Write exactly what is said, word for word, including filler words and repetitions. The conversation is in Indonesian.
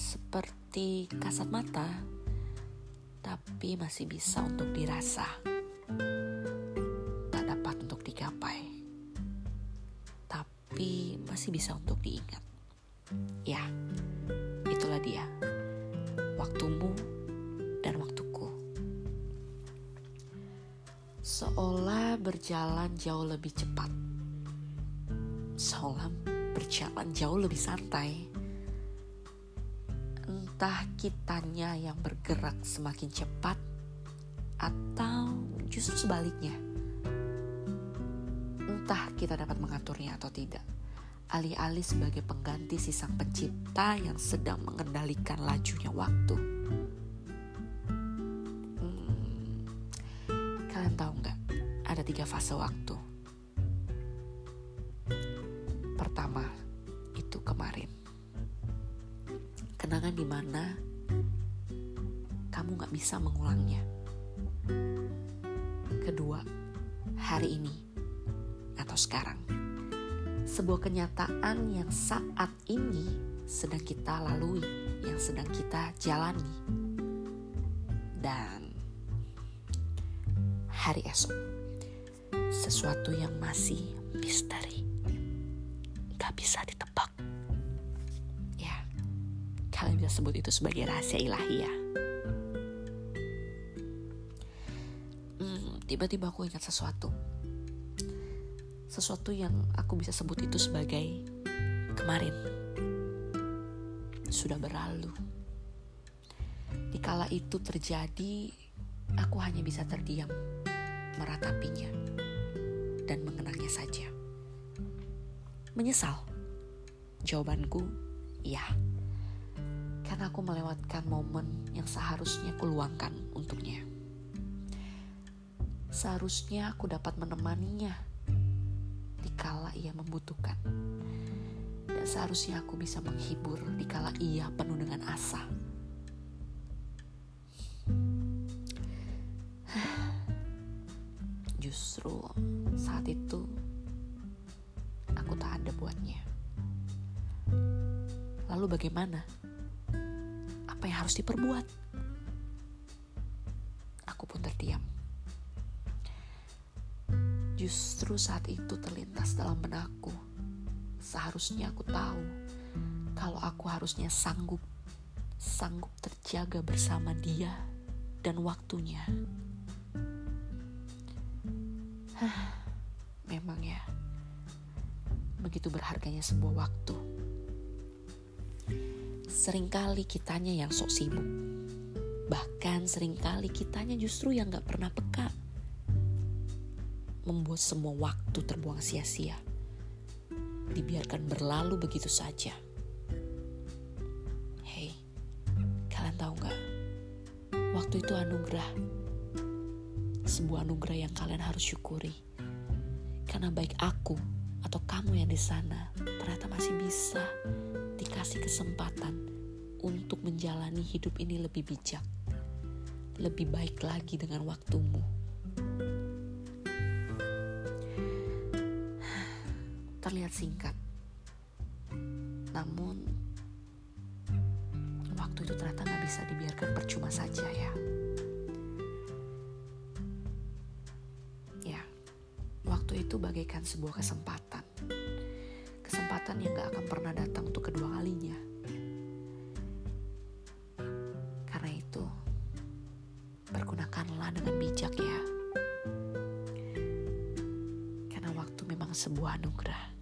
seperti kasat mata, tapi masih bisa untuk dirasa, tak dapat untuk digapai, tapi masih bisa untuk diingat. Ya, itulah dia, waktumu dan waktuku. Seolah berjalan jauh lebih cepat, seolah berjalan jauh lebih santai. Entah kitanya yang bergerak semakin cepat atau justru sebaliknya. Entah kita dapat mengaturnya atau tidak, alih-alih sebagai pengganti si sang pencipta yang sedang mengendalikan lajunya waktu. Hmm, kalian tahu nggak? Ada tiga fase waktu. Pertama, itu kemarin. Kenangan di mana kamu gak bisa mengulangnya. Kedua, hari ini atau sekarang. Sebuah kenyataan yang saat ini sedang kita lalui, yang sedang kita jalani. Dan hari esok, sesuatu yang masih misteri, gak bisa ditebak. Kalian bisa sebut itu sebagai rahasia ilahi ya. Hmm, tiba-tiba aku ingat sesuatu. Sesuatu yang aku bisa sebut itu sebagai kemarin. Sudah berlalu. Dikala itu terjadi, aku hanya bisa terdiam, meratapinya, dan mengenangnya saja. Menyesal? Jawabanku, iya. Karena aku melewatkan momen yang seharusnya kuluangkan untuknya. Seharusnya aku dapat menemaninya dikala ia membutuhkan. Dan seharusnya aku bisa menghibur dikala ia penuh dengan asa. Justru saat itu aku tak ada buatnya. Lalu bagaimana? Apa yang harus diperbuat? Aku pun terdiam. Justru saat itu terlintas dalam benakku. Seharusnya aku tahu kalau aku harusnya sanggup, sanggup terjaga bersama dia dan waktunya. Memang ya, begitu berharganya sebuah waktu. Seringkali kitanya yang sok sibuk. Bahkan seringkali kitanya justru yang gak pernah peka. Membuat semua waktu terbuang sia-sia. Dibiarkan berlalu begitu saja. Hei, kalian tahu gak? Waktu itu anugerah. Sebuah anugerah yang kalian harus syukuri. Karena baik aku atau kamu yang di sana ternyata masih bisa dikasih kesempatan untuk menjalani hidup ini lebih bijak, lebih baik lagi dengan waktumu. Terlihat singkat, namun waktu itu ternyata gak bisa dibiarkan percuma saja ya. Ya, waktu itu bagaikan sebuah kesempatan. Kesempatan yang gak akan pernah datang untuk kedua kalinya. Karena itu, pergunakanlah dengan bijak ya. Karena waktu memang sebuah anugerah.